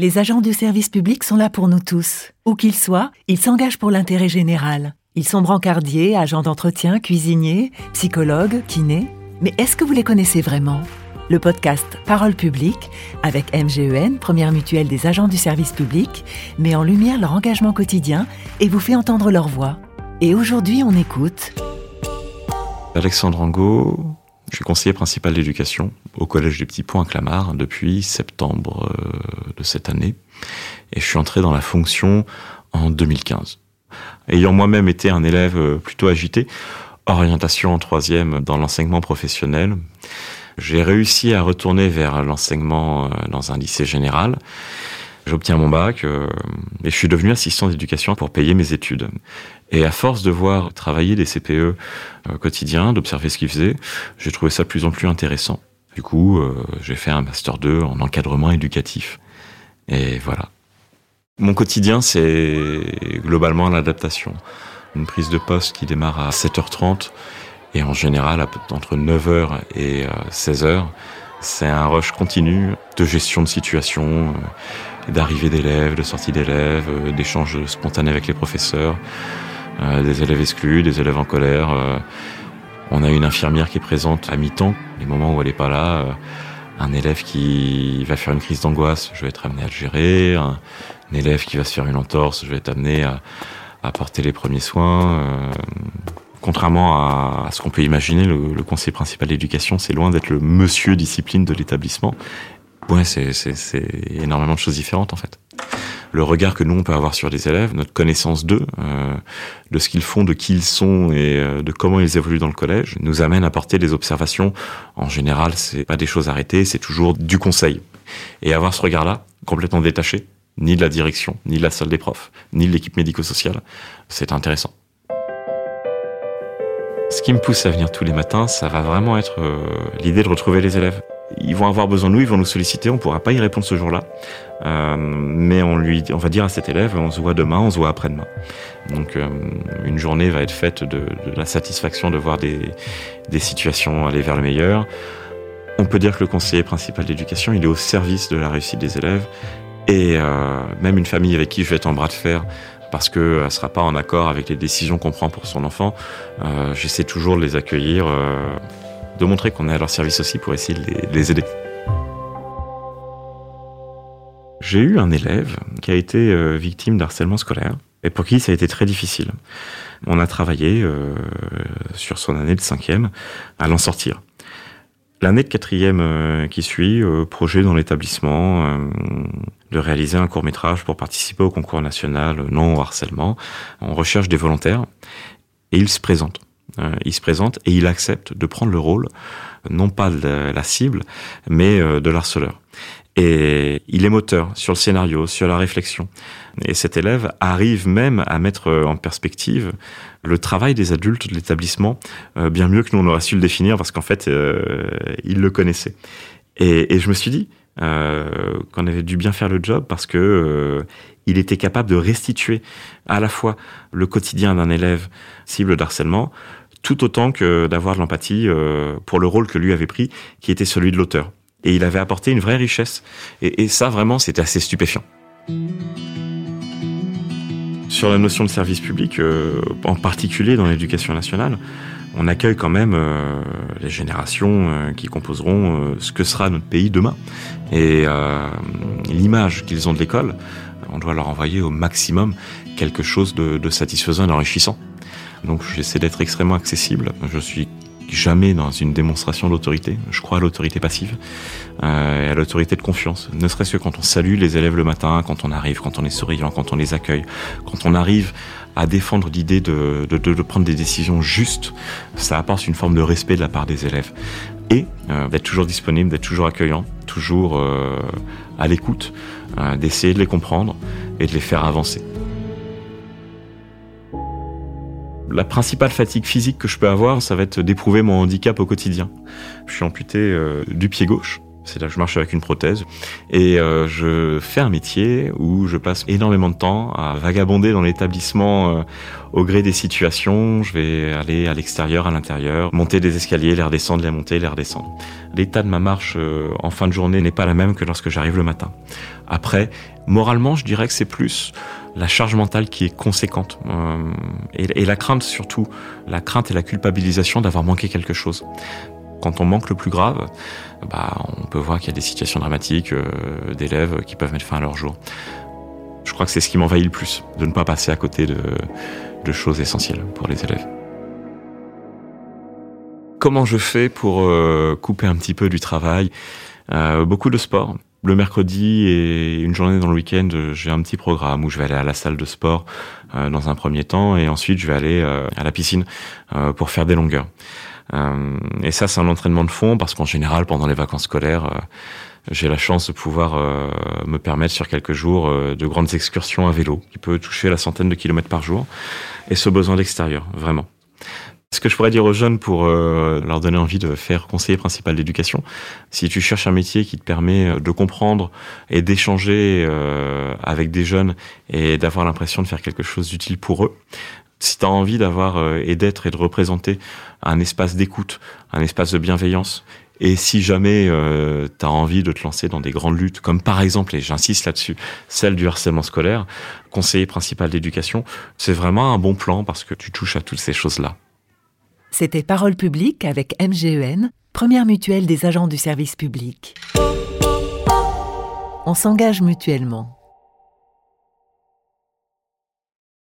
Les agents du service public sont là pour nous tous. Où qu'ils soient, ils s'engagent pour l'intérêt général. Ils sont brancardiers, agents d'entretien, cuisiniers, psychologues, kinés. Mais est-ce que vous les connaissez vraiment ? Le podcast Parole publique, avec MGEN, première mutuelle des agents du service public, met en lumière leur engagement quotidien et vous fait entendre leur voix. Et aujourd'hui, on écoute... Alexandre Angot, je suis conseiller principal d'éducation au Collège des Petits Ponts à Clamart depuis septembre de cette année. Et je suis entré dans la fonction en 2015. Ayant moi-même été un élève plutôt agité, orientation en troisième dans l'enseignement professionnel, j'ai réussi à retourner vers l'enseignement dans un lycée général. J'obtiens mon bac et je suis devenu assistant d'éducation pour payer mes études. Et à force de voir travailler des CPE quotidiens, d'observer ce qu'ils faisaient, j'ai trouvé ça de plus en plus intéressant. Du coup, j'ai fait un Master 2 en encadrement éducatif. Et voilà. Mon quotidien, c'est globalement l'adaptation. Une prise de poste qui démarre à 7h30 et en général, entre 9h et 16h, c'est un rush continu de gestion de situation, d'arrivée d'élèves, de sortie d'élèves, d'échanges spontanés avec les professeurs, des élèves exclus, des élèves en colère. On a une infirmière qui est présente à mi-temps, les moments où elle n'est pas là. Un élève qui va faire une crise d'angoisse, je vais être amené à le gérer. Un élève qui va se faire une entorse, je vais être amené à apporter les premiers soins. Contrairement à ce qu'on peut imaginer, le conseiller principal d'éducation, c'est loin d'être le monsieur discipline de l'établissement. Ouais, c'est énormément de choses différentes en fait. Le regard que nous on peut avoir sur les élèves, notre connaissance d'eux, de ce qu'ils font, de qui ils sont et de comment ils évoluent dans le collège, nous amène à porter des observations. En général, c'est pas des choses arrêtées, c'est toujours du conseil. Et avoir ce regard-là, complètement détaché, ni de la direction, ni de la salle des profs, ni de l'équipe médico-sociale, c'est intéressant. Ce qui me pousse à venir tous les matins, ça va vraiment être l'idée de retrouver les élèves. Ils vont avoir besoin de nous, ils vont nous solliciter, on ne pourra pas y répondre ce jour-là. Mais on va dire à cet élève, on se voit demain, on se voit après-demain. Donc une journée va être faite de la satisfaction de voir des situations aller vers le meilleur. On peut dire que le conseiller principal d'éducation, il est au service de la réussite des élèves. Et même une famille avec qui je vais être en bras de fer, parce qu'elle ne sera pas en accord avec les décisions qu'on prend pour son enfant, j'essaie toujours de les accueillir, de montrer qu'on est à leur service aussi pour essayer de les aider. J'ai eu un élève qui a été victime d'harcèlement scolaire et pour qui ça a été très difficile. On a travaillé sur son année de 5e à l'en sortir. L'année de 4e qui suit, projet dans l'établissement de réaliser un court-métrage pour participer au concours national non au harcèlement. On recherche des volontaires et il se présente. Il se présente et il accepte de prendre le rôle, non pas de la cible, mais de l'harceleur. Et il est moteur sur le scénario, sur la réflexion. Et cet élève arrive même à mettre en perspective le travail des adultes de l'établissement, bien mieux que nous on aurait su le définir, parce qu'en fait, il le connaissait. Et je me suis dit qu'on avait dû bien faire le job, parce que il était capable de restituer à la fois le quotidien d'un élève cible d'harcèlement, tout autant que d'avoir de l'empathie pour le rôle que lui avait pris, qui était celui de l'auteur. Et il avait apporté une vraie richesse. Et ça, vraiment, c'était assez stupéfiant. Sur la notion de service public, en particulier dans l'éducation nationale, on accueille quand même les générations qui composeront ce que sera notre pays demain. Et l'image qu'ils ont de l'école, on doit leur envoyer au maximum quelque chose de satisfaisant et d'enrichissant. Donc j'essaie d'être extrêmement accessible. Je suis jamais dans une démonstration d'autorité. Je crois à l'autorité passive et à l'autorité de confiance. Ne serait-ce que quand on salue les élèves le matin, quand on arrive, quand on est souriant, quand on les accueille, quand on arrive à défendre l'idée de prendre des décisions justes, ça apporte une forme de respect de la part des élèves. Et d'être toujours disponible, d'être toujours accueillant, toujours à l'écoute, d'essayer de les comprendre et de les faire avancer. La principale fatigue physique que je peux avoir, ça va être d'éprouver mon handicap au quotidien. Je suis amputé du pied gauche C'est là que je marche avec une prothèse. Et je fais un métier où je passe énormément de temps à vagabonder dans l'établissement au gré des situations. Je vais aller à l'extérieur, à l'intérieur, monter des escaliers, les redescendre, les monter, les redescendre. L'état de ma marche en fin de journée n'est pas la même que lorsque j'arrive le matin. Après, moralement, je dirais que c'est plus la charge mentale qui est conséquente. Et la crainte surtout, la crainte et la culpabilisation d'avoir manqué quelque chose. Quand on manque le plus grave, on peut voir qu'il y a des situations dramatiques d'élèves qui peuvent mettre fin à leur jour. Je crois que c'est ce qui m'envahit le plus, de ne pas passer à côté de choses essentielles pour les élèves. Comment je fais pour couper un petit peu du travail ? Beaucoup de sport. Le mercredi et une journée dans le week-end, j'ai un petit programme où je vais aller à la salle de sport dans un premier temps et ensuite je vais aller à la piscine pour faire des longueurs. Et ça, c'est un entraînement de fond parce qu'en général, pendant les vacances scolaires, j'ai la chance de pouvoir me permettre sur quelques jours de grandes excursions à vélo qui peut toucher la centaine de kilomètres par jour et ce besoin d'extérieur, vraiment. Ce que je pourrais dire aux jeunes pour leur donner envie de faire conseiller principal d'éducation, si tu cherches un métier qui te permet de comprendre et d'échanger avec des jeunes et d'avoir l'impression de faire quelque chose d'utile pour eux, si tu as envie d'avoir et d'être et de représenter un espace d'écoute, un espace de bienveillance, et si jamais tu as envie de te lancer dans des grandes luttes, comme par exemple, et j'insiste là-dessus, celle du harcèlement scolaire, conseiller principal d'éducation, c'est vraiment un bon plan parce que tu touches à toutes ces choses-là. C'était Parole publique avec MGEN, première mutuelle des agents du service public. On s'engage mutuellement.